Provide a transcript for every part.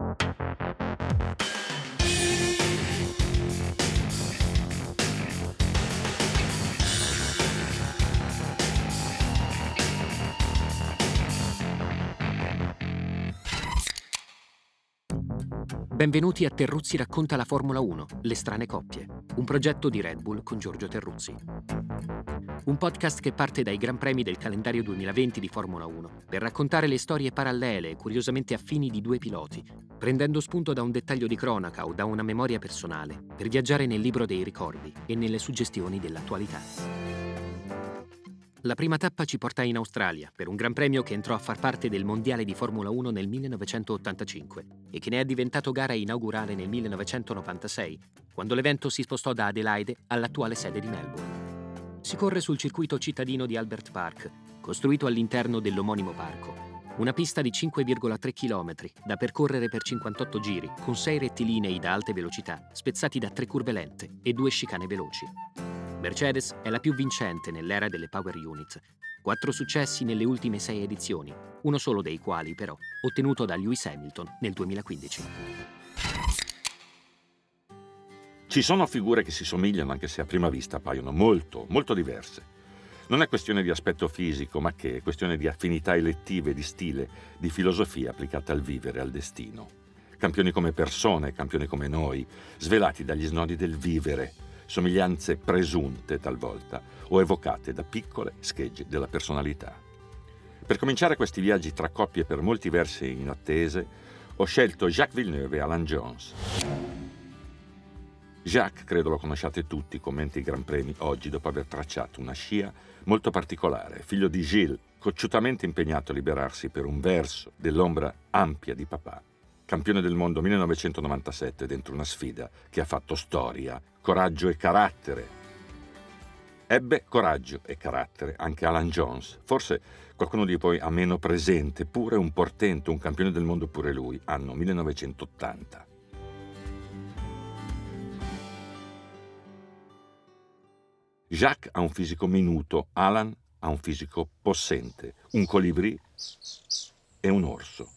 Benvenuti a Terruzzi racconta la Formula 1, le strane coppie, un progetto di Red Bull con Giorgio Terruzzi. Un podcast che parte dai Gran Premi del calendario 2020 di Formula 1 per raccontare le storie parallele e curiosamente affini di due piloti, prendendo spunto da un dettaglio di cronaca o da una memoria personale, per viaggiare nel libro dei ricordi e nelle suggestioni dell'attualità. La prima tappa ci porta in Australia per un Gran Premio che entrò a far parte del Mondiale di Formula 1 nel 1985 e che ne è diventato gara inaugurale nel 1996, quando l'evento si spostò da Adelaide all'attuale sede di Melbourne. Si corre sul circuito cittadino di Albert Park, costruito all'interno dell'omonimo parco. Una pista di 5,3 km da percorrere per 58 giri, con 6 rettilinei da alte velocità, spezzati da 3 curve lente e 2 chicane veloci. Mercedes è la più vincente nell'era delle Power Unit. 4 successi nelle ultime 6 edizioni, uno solo dei quali, però, ottenuto da Lewis Hamilton nel 2015. Ci sono figure che si somigliano anche se a prima vista appaiono molto, molto diverse. Non è questione di aspetto fisico, ma che è questione di affinità elettive, di stile, di filosofia applicata al vivere, al destino. Campioni come persone, campioni come noi, svelati dagli snodi del vivere, somiglianze presunte talvolta o evocate da piccole schegge della personalità. Per cominciare questi viaggi tra coppie per molti versi inattese, ho scelto Jacques Villeneuve e Alan Jones. Jacques, credo lo conosciate tutti, commenta i Gran Premi oggi dopo aver tracciato una scia molto particolare, figlio di Gilles, cocciutamente impegnato a liberarsi per un verso dell'ombra ampia di papà. Campione del mondo 1997 dentro una sfida che ha fatto storia, coraggio e carattere. Ebbe coraggio e carattere anche Alan Jones, forse qualcuno di voi ha meno presente, pure un portento, un campione del mondo pure lui, anno 1980. Jacques ha un fisico minuto, Alan ha un fisico possente, un colibrì e un orso.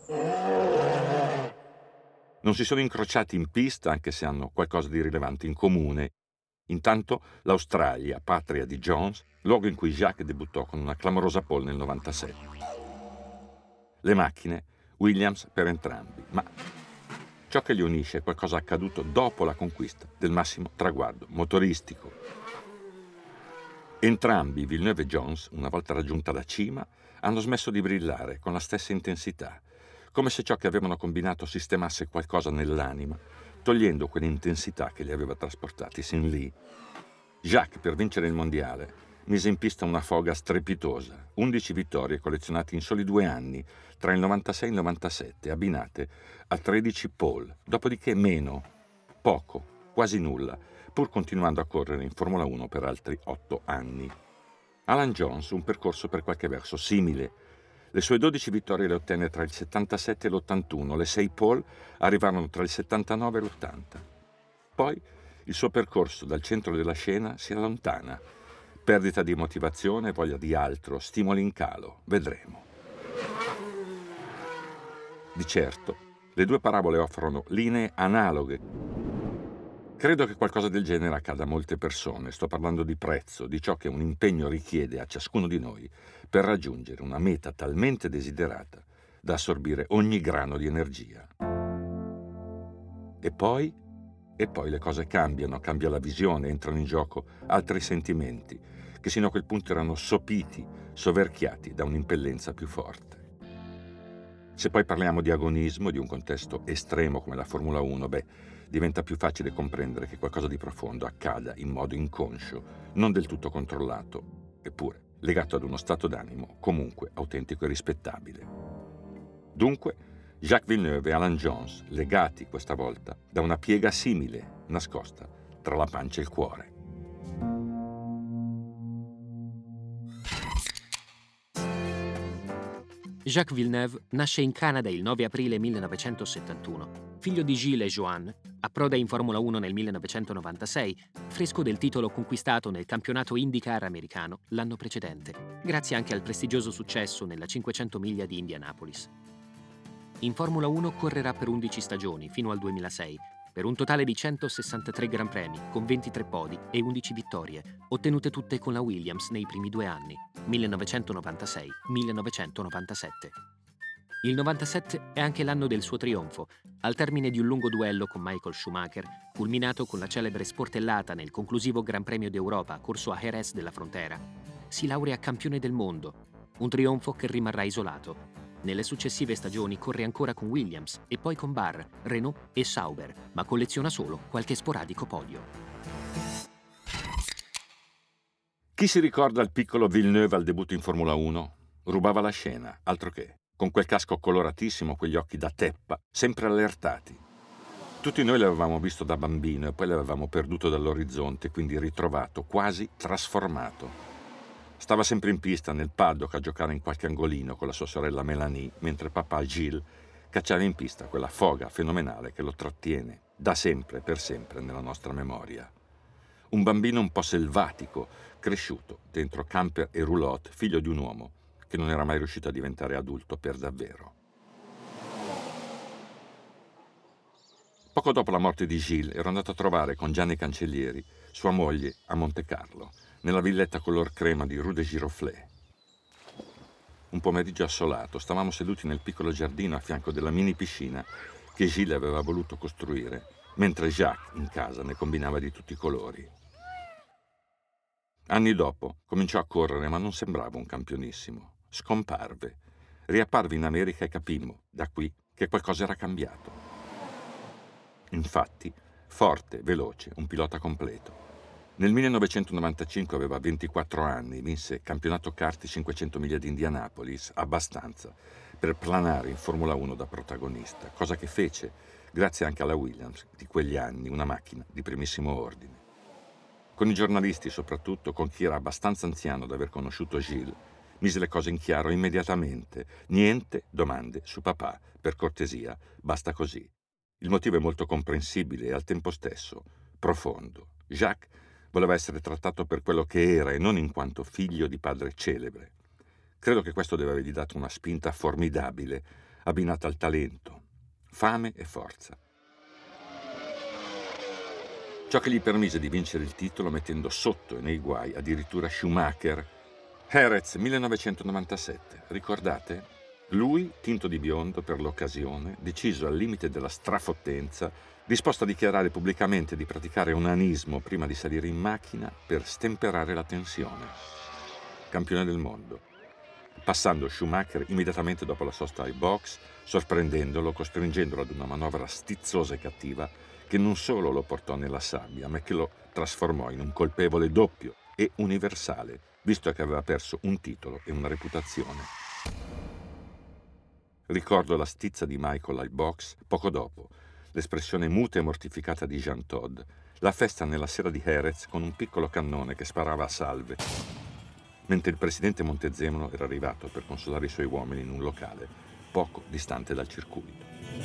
Non si sono incrociati in pista anche se hanno qualcosa di rilevante in comune. Intanto l'Australia, patria di Jones, luogo in cui Jacques debuttò con una clamorosa pole nel 97. Le macchine, Williams per entrambi, ma ciò che li unisce è qualcosa accaduto dopo la conquista del massimo traguardo motoristico. Entrambi, Villeneuve e Jones, una volta raggiunta la cima, hanno smesso di brillare con la stessa intensità, come se ciò che avevano combinato sistemasse qualcosa nell'anima, togliendo quell'intensità che li aveva trasportati sin lì. Jacques, per vincere il mondiale, mise in pista una foga strepitosa, 11 vittorie collezionate in soli 2 anni, tra il 96 e il 97, abbinate a 13 pole, dopodiché meno, poco, quasi nulla, pur continuando a correre in Formula 1 per altri 8 anni. Alan Jones un percorso per qualche verso simile. Le sue 12 vittorie le ottenne tra il 77 e l'81, le 6 pole arrivarono tra il 79 e l'80. Poi il suo percorso dal centro della scena si allontana. Perdita di motivazione, voglia di altro, stimoli in calo, vedremo. Di certo, le due parabole offrono linee analoghe. Credo che qualcosa del genere accada a molte persone. Sto parlando di prezzo, di ciò che un impegno richiede a ciascuno di noi per raggiungere una meta talmente desiderata da assorbire ogni grano di energia. E poi le cose cambiano, cambia la visione, entrano in gioco altri sentimenti che sino a quel punto erano sopiti, soverchiati da un'impellenza più forte. Se poi parliamo di agonismo, di un contesto estremo come la Formula 1, diventa più facile comprendere che qualcosa di profondo accada in modo inconscio, non del tutto controllato, eppure legato ad uno stato d'animo comunque autentico e rispettabile. Dunque, Jacques Villeneuve e Alan Jones, legati questa volta da una piega simile, nascosta tra la pancia e il cuore. Jacques Villeneuve nasce in Canada il 9 aprile 1971. Figlio di Gilles e Joanne, approda in Formula 1 nel 1996, fresco del titolo conquistato nel campionato IndyCar americano l'anno precedente, grazie anche al prestigioso successo nella 500 miglia di Indianapolis. In Formula 1 correrà per 11 stagioni, fino al 2006, per un totale di 163 Gran Premi, con 23 podi e 11 vittorie, ottenute tutte con la Williams nei primi 2 anni, 1996-1997. Il 97 è anche l'anno del suo trionfo, al termine di un lungo duello con Michael Schumacher, culminato con la celebre sportellata nel conclusivo Gran Premio d'Europa corso a Jerez della Frontera. Si laurea campione del mondo, un trionfo che rimarrà isolato. Nelle successive stagioni corre ancora con Williams e poi con Barr, Renault e Sauber, ma colleziona solo qualche sporadico podio. Chi si ricorda il piccolo Villeneuve al debutto in Formula 1? Rubava la scena, altro che. Con quel casco coloratissimo, quegli occhi da teppa, sempre allertati. Tutti noi l'avevamo visto da bambino e poi l'avevamo perduto dall'orizzonte, quindi ritrovato, quasi trasformato. Stava sempre in pista, nel paddock, a giocare in qualche angolino con la sua sorella Melanie, mentre papà Gilles cacciava in pista quella foga fenomenale che lo trattiene, da sempre, per sempre, nella nostra memoria. Un bambino un po' selvatico, cresciuto dentro camper e roulotte, figlio di un uomo che non era mai riuscito a diventare adulto per davvero. Poco dopo la morte di Gilles ero andato a trovare con Gianni Cancellieri sua moglie a Monte Carlo, nella villetta color crema di Rue de Giroflée. Un pomeriggio assolato, stavamo seduti nel piccolo giardino a fianco della mini piscina che Gilles aveva voluto costruire, mentre Jacques in casa ne combinava di tutti i colori. Anni dopo cominciò a correre, ma non sembrava un campionissimo. Scomparve. Riapparve in America e capimmo, da qui, che qualcosa era cambiato. Infatti, forte, veloce, un pilota completo. Nel 1995 aveva 24 anni, vinse campionato kart 500 miglia di Indianapolis, abbastanza per planare in Formula 1 da protagonista, cosa che fece grazie anche alla Williams di quegli anni, una macchina di primissimo ordine. Con i giornalisti, soprattutto con chi era abbastanza anziano da aver conosciuto Gilles, mise le cose in chiaro immediatamente. Niente domande su papà, per cortesia, basta così. Il motivo è molto comprensibile e al tempo stesso profondo. Jacques voleva essere trattato per quello che era e non in quanto figlio di padre celebre. Credo che questo deve avergli dato una spinta formidabile, abbinata al talento, fame e forza. Ciò che gli permise di vincere il titolo mettendo sotto e nei guai addirittura Schumacher. Jerez 1997, ricordate? Lui, tinto di biondo per l'occasione, deciso al limite della strafottenza, disposto a dichiarare pubblicamente di praticare onanismo prima di salire in macchina per stemperare la tensione. Campione del mondo. Passando Schumacher immediatamente dopo la sosta ai box, sorprendendolo, costringendolo ad una manovra stizzosa e cattiva che non solo lo portò nella sabbia, ma che lo trasformò in un colpevole doppio e universale, visto che aveva perso un titolo e una reputazione. Ricordo la stizza di Michael ai box poco dopo, l'espressione muta e mortificata di Jean Todt, la festa nella sera di Jerez con un piccolo cannone che sparava a salve, mentre il presidente Montezemolo era arrivato per consolare i suoi uomini in un locale poco distante dal circuito.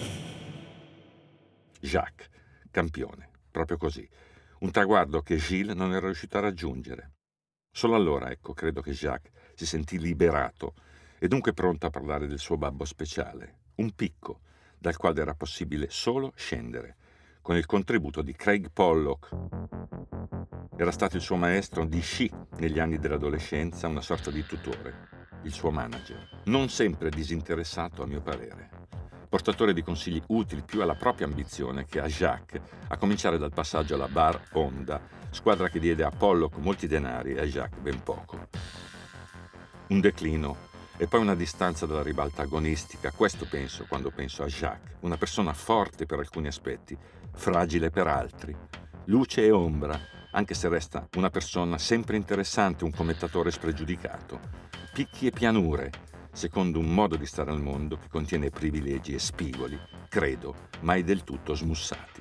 Jacques, campione, proprio così, un traguardo che Gilles non era riuscito a raggiungere. Solo allora, ecco, credo che Jacques si sentì liberato e dunque pronto a parlare del suo babbo speciale, un picco dal quale era possibile solo scendere, con il contributo di Craig Pollock. Era stato il suo maestro di sci negli anni dell'adolescenza, una sorta di tutore, il suo manager, non sempre disinteressato a mio parere, portatore di consigli utili più alla propria ambizione che a Jacques, a cominciare dal passaggio alla Bar Honda, squadra che diede a Pollock molti denari e a Jacques ben poco. Un declino e poi una distanza dalla ribalta agonistica, questo penso quando penso a Jacques, una persona forte per alcuni aspetti, fragile per altri, luce e ombra, anche se resta una persona sempre interessante, un commentatore spregiudicato, picchi e pianure, secondo un modo di stare al mondo che contiene privilegi e spigoli, credo, mai del tutto smussati.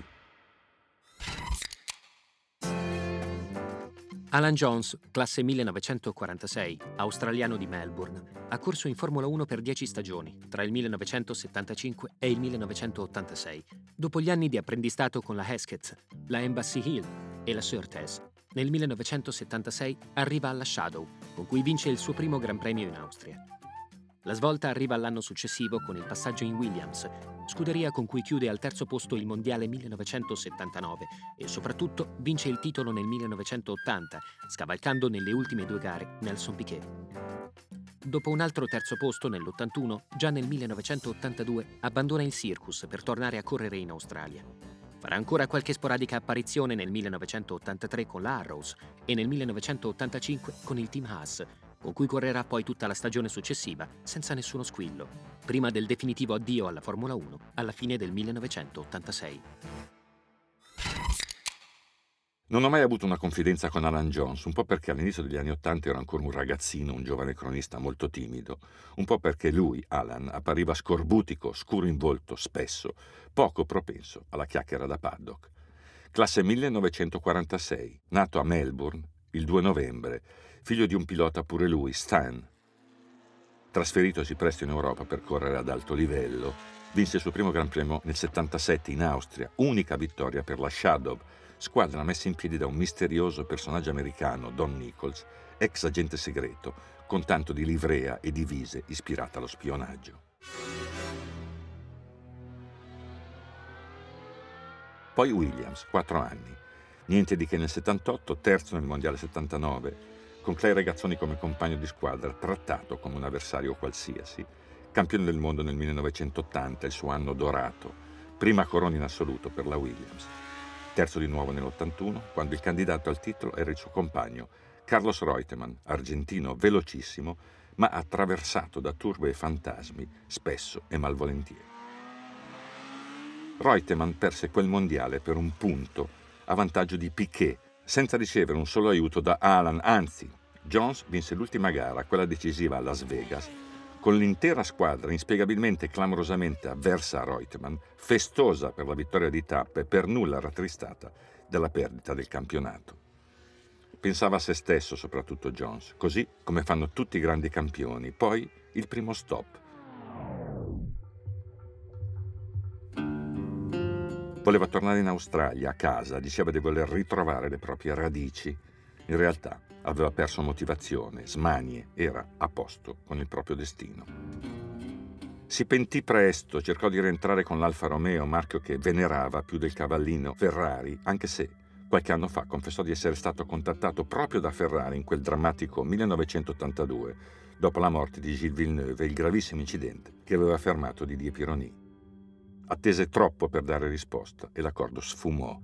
Alan Jones, classe 1946, australiano di Melbourne, ha corso in Formula 1 per 10 stagioni, tra il 1975 e il 1986. Dopo gli anni di apprendistato con la Hesketh, la Embassy Hill e la Surtees, nel 1976 arriva alla Shadow, con cui vince il suo primo Gran Premio in Austria. La svolta arriva all'anno successivo con il passaggio in Williams, scuderia con cui chiude al terzo posto il mondiale 1979 e soprattutto vince il titolo nel 1980, scavalcando nelle ultime 2 gare Nelson Piquet. Dopo un altro terzo posto nell'81, già nel 1982 abbandona il Circus per tornare a correre in Australia. Farà ancora qualche sporadica apparizione nel 1983 con la Arrows e nel 1985 con il Team Haas, con cui correrà poi tutta la stagione successiva senza nessuno squillo, prima del definitivo addio alla Formula 1 alla fine del 1986. Non ho mai avuto una confidenza con Alan Jones, un po' perché all'inizio degli anni '80 ero ancora un ragazzino, un giovane cronista molto timido, un po' perché lui, Alan, appariva scorbutico, scuro in volto, spesso, poco propenso alla chiacchiera da paddock. Classe 1946, nato a Melbourne il 2 novembre, figlio di un pilota pure lui, Stan. Trasferitosi presto in Europa per correre ad alto livello, vinse il suo primo Gran Premio nel 77 in Austria, unica vittoria per la Shadow, squadra messa in piedi da un misterioso personaggio americano, Don Nichols, ex agente segreto, con tanto di livrea e divise ispirata allo spionaggio. Poi Williams, 4 anni. Niente di che nel 78, terzo nel Mondiale 79, con Clay Regazzoni come compagno di squadra, trattato come un avversario qualsiasi, campione del mondo nel 1980, il suo anno dorato, prima corona in assoluto per la Williams. Terzo di nuovo nell'81, quando il candidato al titolo era il suo compagno, Carlos Reutemann, argentino velocissimo, ma attraversato da turbe e fantasmi, spesso e malvolentieri. Reutemann perse quel mondiale per un punto a vantaggio di Piquet, senza ricevere un solo aiuto da Alan, anzi, Jones vinse l'ultima gara, quella decisiva a Las Vegas, con l'intera squadra inspiegabilmente e clamorosamente avversa a Reutemann, festosa per la vittoria di tappe e per nulla rattristata dalla perdita del campionato. Pensava a se stesso, soprattutto Jones, così come fanno tutti i grandi campioni. Poi il primo stop. Voleva tornare in Australia, a casa, diceva di voler ritrovare le proprie radici. In realtà aveva perso motivazione, smanie, era a posto con il proprio destino. Si pentì presto, cercò di rientrare con l'Alfa Romeo, marchio che venerava più del cavallino Ferrari, anche se qualche anno fa confessò di essere stato contattato proprio da Ferrari in quel drammatico 1982, dopo la morte di Gilles Villeneuve e il gravissimo incidente che aveva fermato Didier Pironi. Attese troppo per dare risposta e l'accordo sfumò.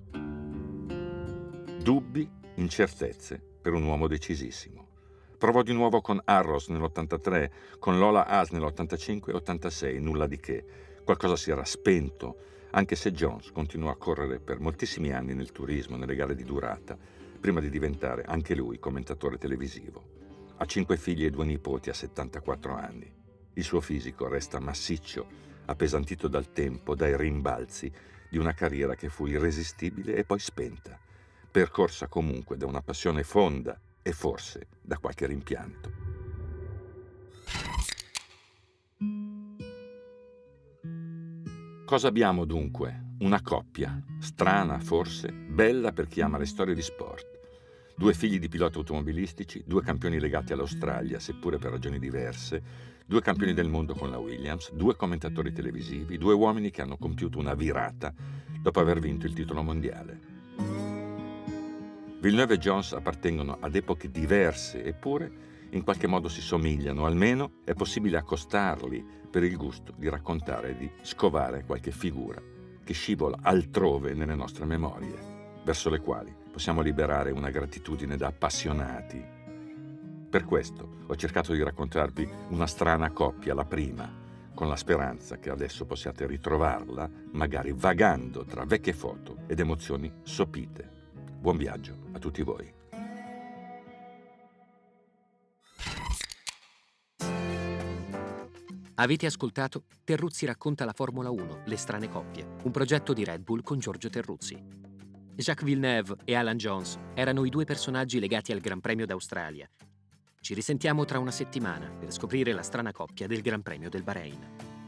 Dubbi, incertezze per un uomo decisissimo. Provò di nuovo con Arrows nell'83, con Lola Haas nell'85 e 86, nulla di che. Qualcosa si era spento, anche se Jones continuò a correre per moltissimi anni nel turismo, nelle gare di durata, prima di diventare anche lui commentatore televisivo. Ha 5 figli e 2 nipoti a 74 anni. Il suo fisico resta massiccio, appesantito dal tempo, dai rimbalzi di una carriera che fu irresistibile e poi spenta, percorsa comunque da una passione fonda e forse da qualche rimpianto. Cosa abbiamo dunque? Una coppia, strana forse, bella per chi ama le storie di sport. 2 figli di piloti automobilistici, 2 campioni legati all'Australia, seppure per ragioni diverse, 2 campioni del mondo con la Williams, 2 commentatori televisivi, 2 uomini che hanno compiuto una virata dopo aver vinto il titolo mondiale. Villeneuve e Jones appartengono ad epoche diverse, eppure in qualche modo si somigliano, almeno è possibile accostarli per il gusto di raccontare e di scovare qualche figura che scivola altrove nelle nostre memorie, verso le quali possiamo liberare una gratitudine da appassionati. Per questo ho cercato di raccontarvi una strana coppia, la prima, con la speranza che adesso possiate ritrovarla, magari vagando tra vecchie foto ed emozioni sopite. Buon viaggio a tutti voi. Avete ascoltato Terruzzi racconta la Formula 1, le strane coppie, un progetto di Red Bull con Giorgio Terruzzi. Jacques Villeneuve e Alan Jones erano i 2 personaggi legati al Gran Premio d'Australia. Ci risentiamo tra una settimana per scoprire la strana coppia del Gran Premio del Bahrain.